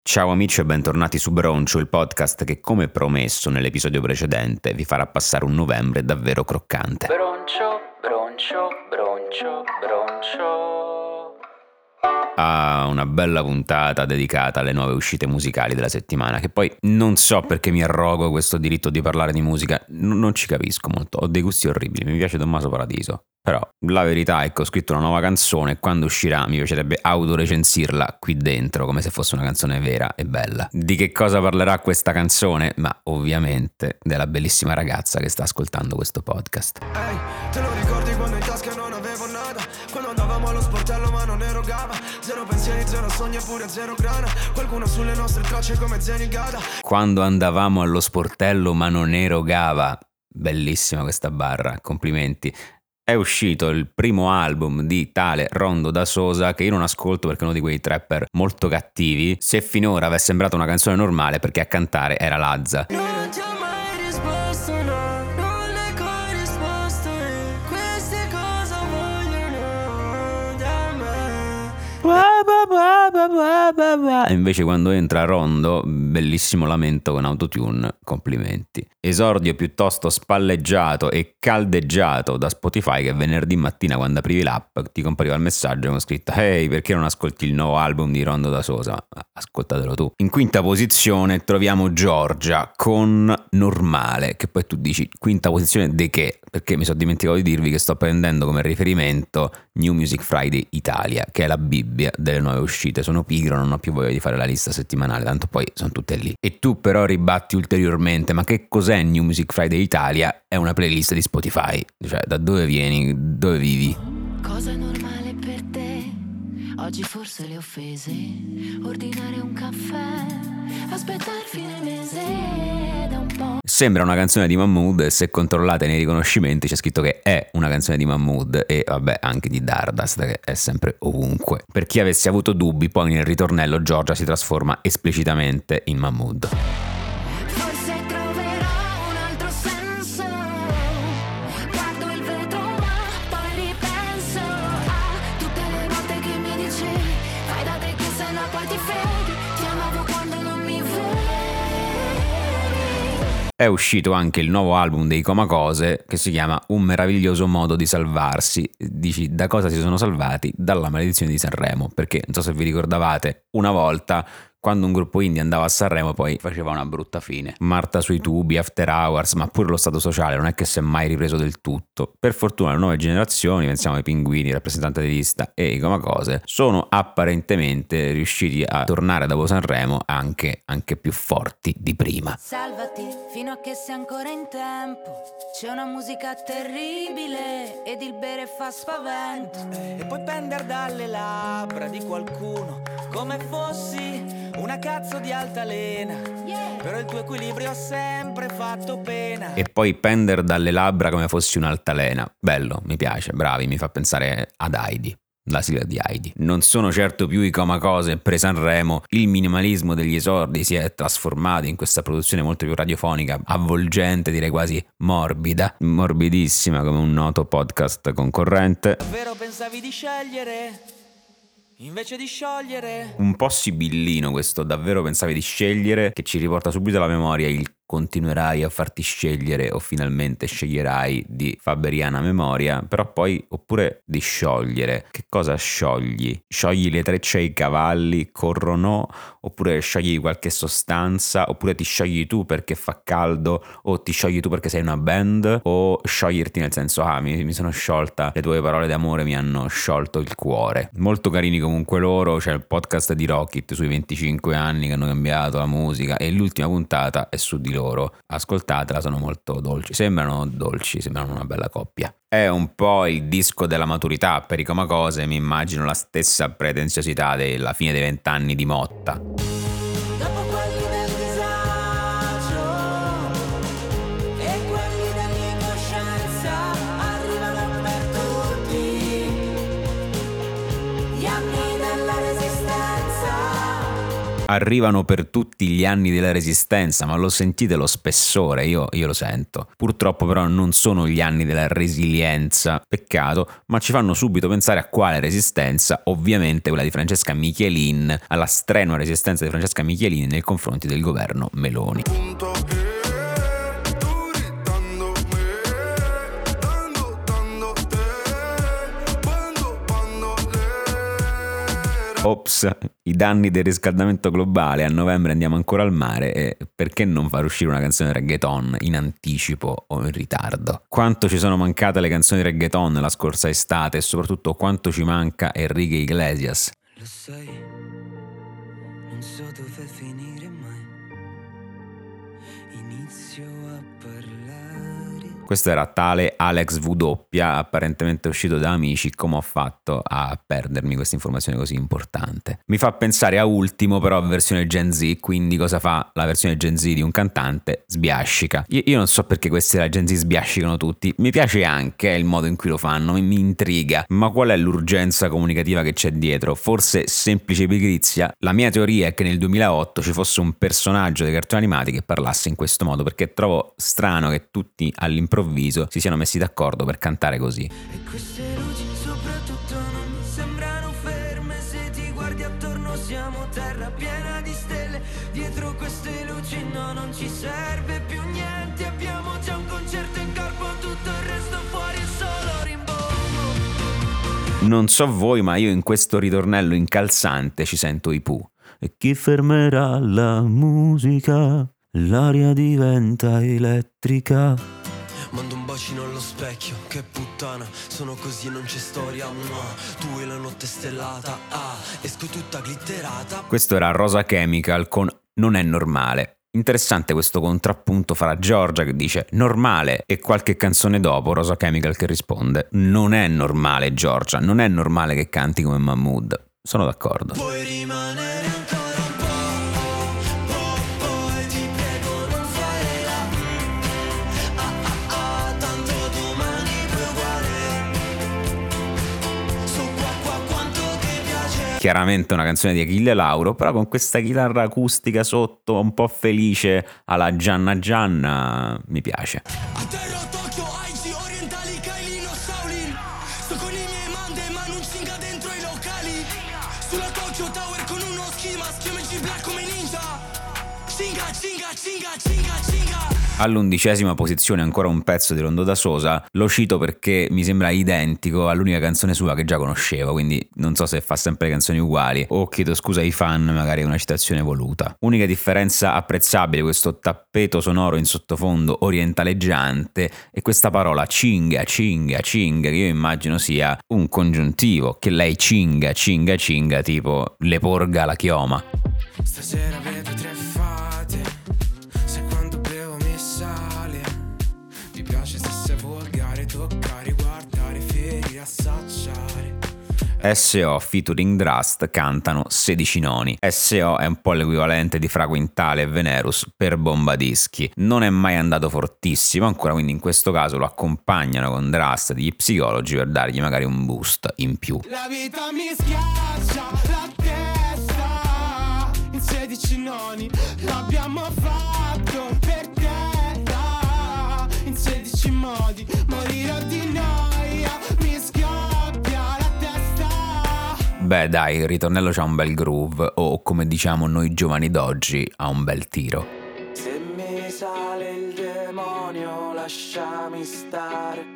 Ciao amici e bentornati su Broncio, il podcast che come promesso nell'episodio precedente vi farà passare un novembre davvero croccante. Broncio, broncio, broncio, broncio. Una bella puntata dedicata alle nuove uscite musicali della settimana, che poi non so perché mi arrogo questo diritto di parlare di musica, non ci capisco molto, ho dei gusti orribili, mi piace Tommaso Paradiso. Però la verità è che ho scritto una nuova canzone e quando uscirà mi piacerebbe autorecensirla qui dentro come se fosse una canzone vera e bella. Di che cosa parlerà questa canzone? Ma ovviamente della bellissima ragazza che sta ascoltando questo podcast. Ehi, te lo ricordi quando in tasca non avevo nada? Quando andavamo allo sportello ma non erogava. Zero pensieri, zero sogni eppure zero grana. Qualcuno sulle nostre tracce come Zenigata. Quando andavamo allo sportello ma non erogava. Bellissima questa barra, complimenti. È uscito il primo album di tale Rondo da Sosa che io non ascolto perché è uno di quei trapper molto cattivi. Se finora avesse sembrato una canzone normale perché a cantare era Lazza. Non ti ho mai risposto, no, non le corrisposto. Queste cosa vogliono da me. E invece quando entra Rondo, bellissimo lamento con autotune, complimenti. Esordio piuttosto spalleggiato e caldeggiato da Spotify che venerdì mattina quando aprivi l'app ti compariva il messaggio con scritto «Ehi, perché non ascolti il nuovo album di Rondo da Sosa?» Ascoltatelo tu. In quinta posizione troviamo Giorgia con Normale, che poi tu dici quinta posizione di che? Perché mi sono dimenticato di dirvi che sto prendendo come riferimento New Music Friday Italia, che è la Bibbia delle nuove uscite. Sono pigro, non ho più voglia di fare la lista settimanale, tanto poi sono tutte lì. E tu però ribatti ulteriormente, ma che cos'è New Music Friday Italia? È una playlist di Spotify, cioè da dove vieni, dove vivi? Cosa è normale per te? Oggi forse le offese, ordinare un caffè, aspettare fine mese da un po'. Sembra una canzone di Mahmood e se controllate nei riconoscimenti c'è scritto che è una canzone di Mahmood e vabbè anche di Dardust che è sempre ovunque. Per chi avesse avuto dubbi, poi nel ritornello Giorgia si trasforma esplicitamente in Mahmood. Forse troverò un altro senso. Guardo il vetro ma poi ripenso a tutte le volte che mi dicevi fai da te che se no poi ti freghi. Ti amavo quando non mi vedi. È uscito anche il nuovo album dei Comacose che si chiama Un meraviglioso modo di salvarsi. Dici da cosa si sono salvati? Dalla maledizione di Sanremo, perché non so se vi ricordavate, una volta quando un gruppo indie andava a Sanremo poi faceva una brutta fine. Marta sui tubi, After Hours, ma pure lo Stato Sociale non è che si è mai ripreso del tutto. Per fortuna le nuove generazioni, pensiamo ai Pinguini, rappresentanti di lista e i Comacose, sono apparentemente riusciti a tornare dopo Sanremo anche più forti di prima. Salvati fino a che sei ancora in tempo. C'è una musica terribile ed il bere fa spavento. E poi pendere dalle labbra di qualcuno come fossi una cazzo di altalena. Però il tuo equilibrio ha sempre fatto pena. E poi pender dalle labbra come fossi un'altalena. Bello, mi piace, bravi, mi fa pensare ad Heidi. La sigla di Heidi. Non sono certo più i Comacose pre-Sanremo, il minimalismo degli esordi si è trasformato in questa produzione molto più radiofonica, avvolgente, direi quasi morbida, morbidissima come un noto podcast concorrente. Davvero pensavi di scegliere? Invece di sciogliere? Un po' sibillino questo, davvero pensavi di scegliere, che ci riporta subito alla memoria il continuerai a farti scegliere o finalmente sceglierai di Faberiana Memoria, però poi oppure di sciogliere. Che cosa sciogli? Sciogli le trecce ai cavalli, corrono, oppure sciogli qualche sostanza, oppure ti sciogli tu perché fa caldo, o ti sciogli tu perché sei una band, o scioglierti nel senso mi sono sciolta, le tue parole d'amore mi hanno sciolto il cuore. Molto carini comunque loro, c'è il podcast di Rocket sui 25 anni che hanno cambiato la musica e l'ultima puntata è su di loro. Ascoltatela, sono molto dolci, sembrano una bella coppia. È un po' il disco della maturità per i Comacose, mi immagino la stessa pretenziosità della fine dei 20 anni di Motta. Dopo quelli del disagio e quelli dell'incoscienza arrivano per tutti gli anni della resistenza. arrivano per tutti gli anni della Resistenza, ma lo sentite lo spessore? Io lo sento. Purtroppo però non sono gli anni della resilienza, peccato, ma ci fanno subito pensare a quale resistenza, ovviamente quella di Francesca Michelin, alla strenua resistenza di Francesca Michelin nei confronti del governo Meloni. Ops, i danni del riscaldamento globale, a novembre andiamo ancora al mare e perché non far uscire una canzone reggaeton in anticipo o in ritardo? Quanto ci sono mancate le canzoni reggaeton la scorsa estate e soprattutto quanto ci manca Enrique Iglesias? Lo sai, non so dove finire mai. Inizio a parlare. Questo era tale Alex W, apparentemente uscito da Amici. Come ho fatto a perdermi questa informazione così importante? Mi fa pensare a Ultimo, però a versione Gen Z, quindi cosa fa la versione Gen Z di un cantante? Sbiascica. Io non so perché questi della Gen Z sbiascicano tutti, mi piace anche il modo in cui lo fanno, mi intriga, ma qual è l'urgenza comunicativa che c'è dietro? Forse semplice pigrizia? La mia teoria è che nel 2008 ci fosse un personaggio dei cartoni animati che parlasse in questo modo, perché trovo strano che tutti all'improvviso si siano messi d'accordo per cantare così. E queste luci soprattutto non mi sembrano ferme. Se ti guardi attorno siamo terra piena di stelle. Dietro queste luci no, non ci serve più niente. Abbiamo già un concerto in corpo, tutto il resto fuori è solo rimbombo. Non so voi, ma io in questo ritornello incalzante ci sento i Pooh. E chi fermerà la musica? L'aria diventa elettrica. Mando un bacino allo specchio, che puttana, sono così, non c'è storia, tu e la notte stellata, esco tutta glitterata. Questo era Rosa Chemical con Non è normale. Interessante questo contrappunto fra Giorgia che dice normale e qualche canzone dopo Rosa Chemical che risponde non è normale Giorgia, non è normale che canti come Mahmood. Sono d'accordo. Puoi rimanere ancora un po', poi ti prego non fare tanto domani puoi uguale. So qua quanto ti piace. Chiaramente una canzone di Achille Lauro, però con questa chitarra acustica sotto un po' felice alla Gianna mi piace. A terra Tokyo, Aichi, orientali, Kailino, Shaolin. Sto con i miei mande ma non cinga dentro i locali. Sulla Tokyo Tower con uno schema, schiamoci black come ninja. Cinga, cinga, cinga, cinga, cinga. All'11ª posizione ancora un pezzo di Rondo da Sosa, lo cito perché mi sembra identico all'unica canzone sua che già conoscevo, quindi non so se fa sempre canzoni uguali o chiedo scusa ai fan, magari è una citazione voluta. Unica differenza apprezzabile, questo tappeto sonoro in sottofondo orientaleggiante e questa parola cinga, cinga, cinga, che io immagino sia un congiuntivo, che lei cinga, cinga, cinga, tipo le porga la chioma. Stasera vedo tre fate, sai quando bevo mi sale. Mi piace se sei volgare, toccare, guardare, ferire, assaggiare. S.O. featuring Drust cantano 16 noni. S.O. è un po' l'equivalente di Fra Quintale e Venerus per Bombadischi. Non è mai andato fortissimo ancora, quindi in questo caso lo accompagnano con Drust degli Psicologi per dargli magari un boost in più. La vita mi schiaccia la testa, in 16 noni l'abbiamo fatto per terra, in 16 modi, morirò di noia, mi scoppia la testa. Beh dai, il ritornello c'ha un bel groove, o come diciamo noi giovani d'oggi, ha un bel tiro. Se mi sale il demonio lasciami stare.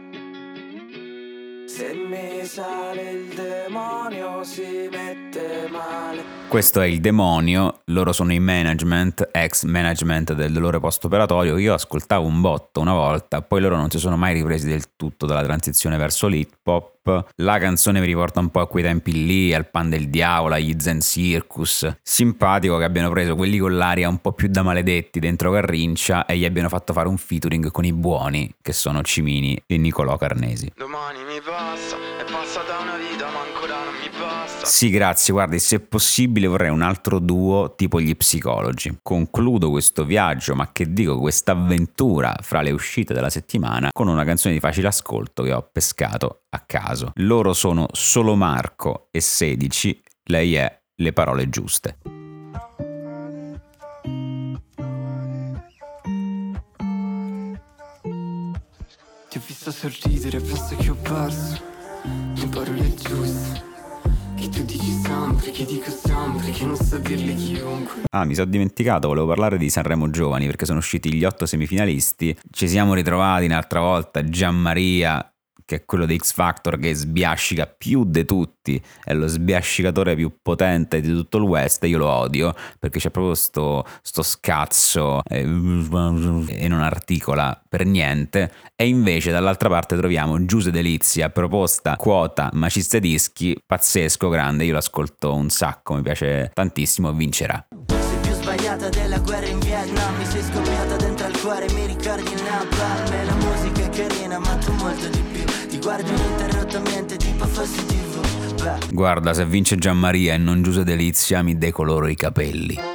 Se mi sale il demonio si mette male. Questo è il Demonio, loro sono i management, ex management del dolore post-operatorio. Io ascoltavo un botto una volta, poi loro non si sono mai ripresi del tutto dalla transizione verso l'hip hop. La canzone mi riporta un po' a quei tempi lì, al Pan del Diavolo, agli Zen Circus. Simpatico che abbiano preso quelli con l'aria un po' più da maledetti dentro Carrincia e gli abbiano fatto fare un featuring con i buoni, che sono Cimini e Nicolò Carnesi. Domani mi passa, è passata una vita ma ancora non mi basta. Sì, grazie, guardi, se possibile vorrei un altro duo tipo gli Psicologi. Concludo questo viaggio, ma che dico, questa avventura fra le uscite della settimana con una canzone di facile ascolto che ho pescato a caso. Loro sono Solo Marco e 16, lei è Le Parole Giuste. Ti ho visto sorridere, penso che ho perso le parole giuste, che tu dici sempre, che dico sempre, che non so dirle chiunque. Ah, mi sono dimenticato, volevo parlare di Sanremo Giovani perché sono usciti gli 8 semifinalisti. Ci siamo ritrovati un'altra volta Gianmaria, che è quello di X Factor, che sbiascica più di tutti, è lo sbiascicatore più potente di tutto il West. Io lo odio perché c'è proprio sto scazzo e non articola per niente. E invece dall'altra parte troviamo Giuse Delizia, proposta quota maciste dischi, pazzesco, grande, io l'ascolto un sacco, mi piace tantissimo, vincerà. Sei più sbagliata della guerra in Vietnam, mi sei scoppiata dentro al cuore, mi ricordi il napalm. E la musica è carina ma tu molto di più, ti guardi ininterrottamente tipo fossi TV. Beh. Guarda, se vince Gianmaria e non Giuse Delizia mi decoloro i capelli.